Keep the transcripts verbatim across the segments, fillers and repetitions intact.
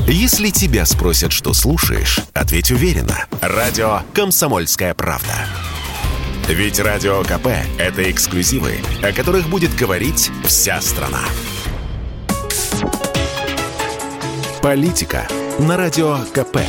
Если тебя спросят, что слушаешь, ответь уверенно. Радио «Комсомольская правда». Ведь Радио КП – это эксклюзивы, о которых будет говорить вся страна. Политика на Радио КП.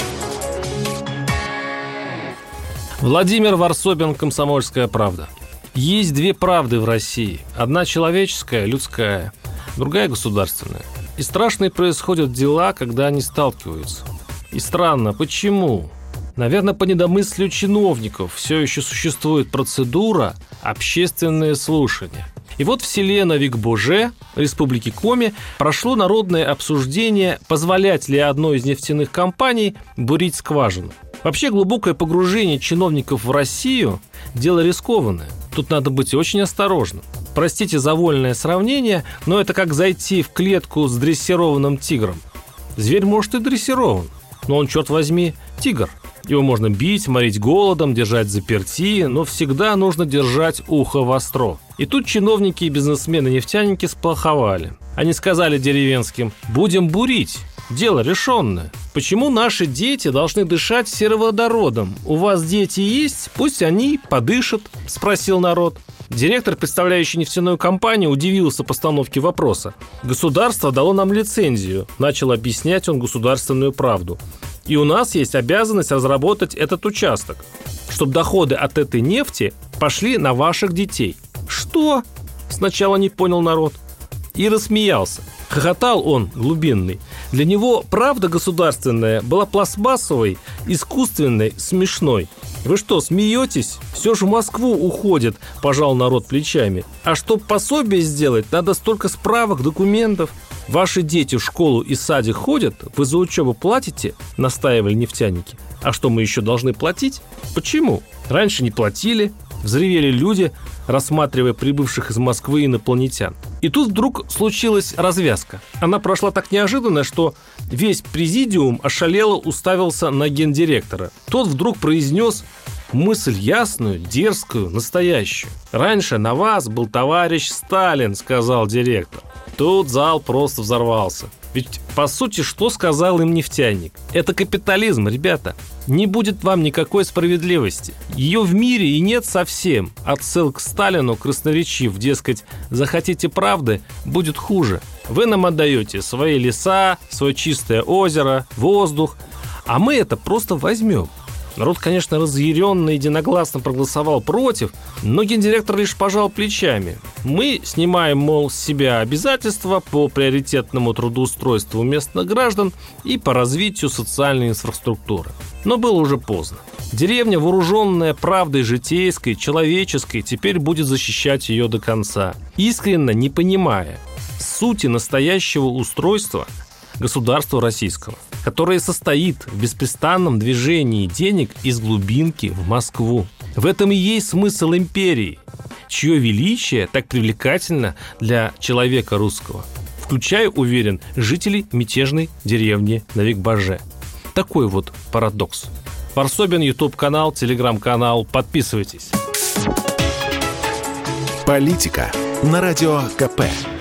Владимир Варсобин, «Комсомольская правда». Есть две правды в России. Одна человеческая, людская, другая государственная. И страшные происходят дела, когда они сталкиваются. И странно, почему? Наверное, по недомыслию чиновников все еще существует процедура «общественное слушание». И вот в селе Новик-Боже, Республики Коми, прошло народное обсуждение, позволять ли одной из нефтяных компаний бурить скважину. Вообще глубокое погружение чиновников в Россию – дело рискованное. Тут надо быть очень осторожным. Простите за вольное сравнение, но это как зайти в клетку с дрессированным тигром. Зверь, может, и дрессирован, но он, черт возьми, тигр. Его можно бить, морить голодом, держать заперти, но всегда нужно держать ухо востро. И тут чиновники и бизнесмены-нефтяники сплоховали. Они сказали деревенским: «Будем бурить, дело решенное. Почему наши дети должны дышать сероводородом? У вас дети есть? Пусть они подышат», – спросил народ. Директор, представляющий нефтяную компанию, удивился постановке вопроса. «Государство дало нам лицензию», – начал объяснять он государственную правду. «И у нас есть обязанность разработать этот участок, чтобы доходы от этой нефти пошли на ваших детей». «Что?» – сначала не понял народ. И рассмеялся. Хохотал он глубинный. Для него правда государственная была пластмассовой, искусственной, смешной. «Вы что, смеетесь? Все же в Москву уходит», – пожал народ плечами. «А чтоб пособие сделать, надо столько справок, документов. Ваши дети в школу и садик ходят, вы за учебу платите?» – настаивали нефтяники. «А что, мы еще должны платить? Почему? Раньше не платили», – взревели люди, рассматривая прибывших из Москвы инопланетян. И тут вдруг случилась развязка. Она прошла так неожиданно, что весь президиум ошалело уставился на гендиректора. Тот вдруг произнес мысль ясную, дерзкую, настоящую. «Раньше на вас был товарищ Сталин», — сказал директор. Тут зал просто взорвался. Ведь, по сути, что сказал им нефтяник? Это капитализм, ребята. Не будет вам никакой справедливости. Ее в мире и нет совсем. Отсыл к Сталину красноречив, дескать, захотите правды, будет хуже. Вы нам отдаете свои леса, свое чистое озеро, воздух, а мы это просто возьмем. Народ, конечно, разъяренно и единогласно проголосовал против, но гендиректор лишь пожал плечами. Мы снимаем, мол, с себя обязательства по приоритетному трудоустройству местных граждан и по развитию социальной инфраструктуры. Но было уже поздно. Деревня, вооруженная правдой житейской, человеческой, теперь будет защищать ее до конца, искренне не понимая сути настоящего устройства государства российского, которое состоит в беспрестанном движении денег из глубинки в Москву. В этом и есть смысл империи, чье величие так привлекательно для человека русского, включая, уверен, жителей мятежной деревни Новик-Боже. Такой вот парадокс. Варсобин, YouTube-канал, Telegram-канал. Подписывайтесь. Политика на Радио КП.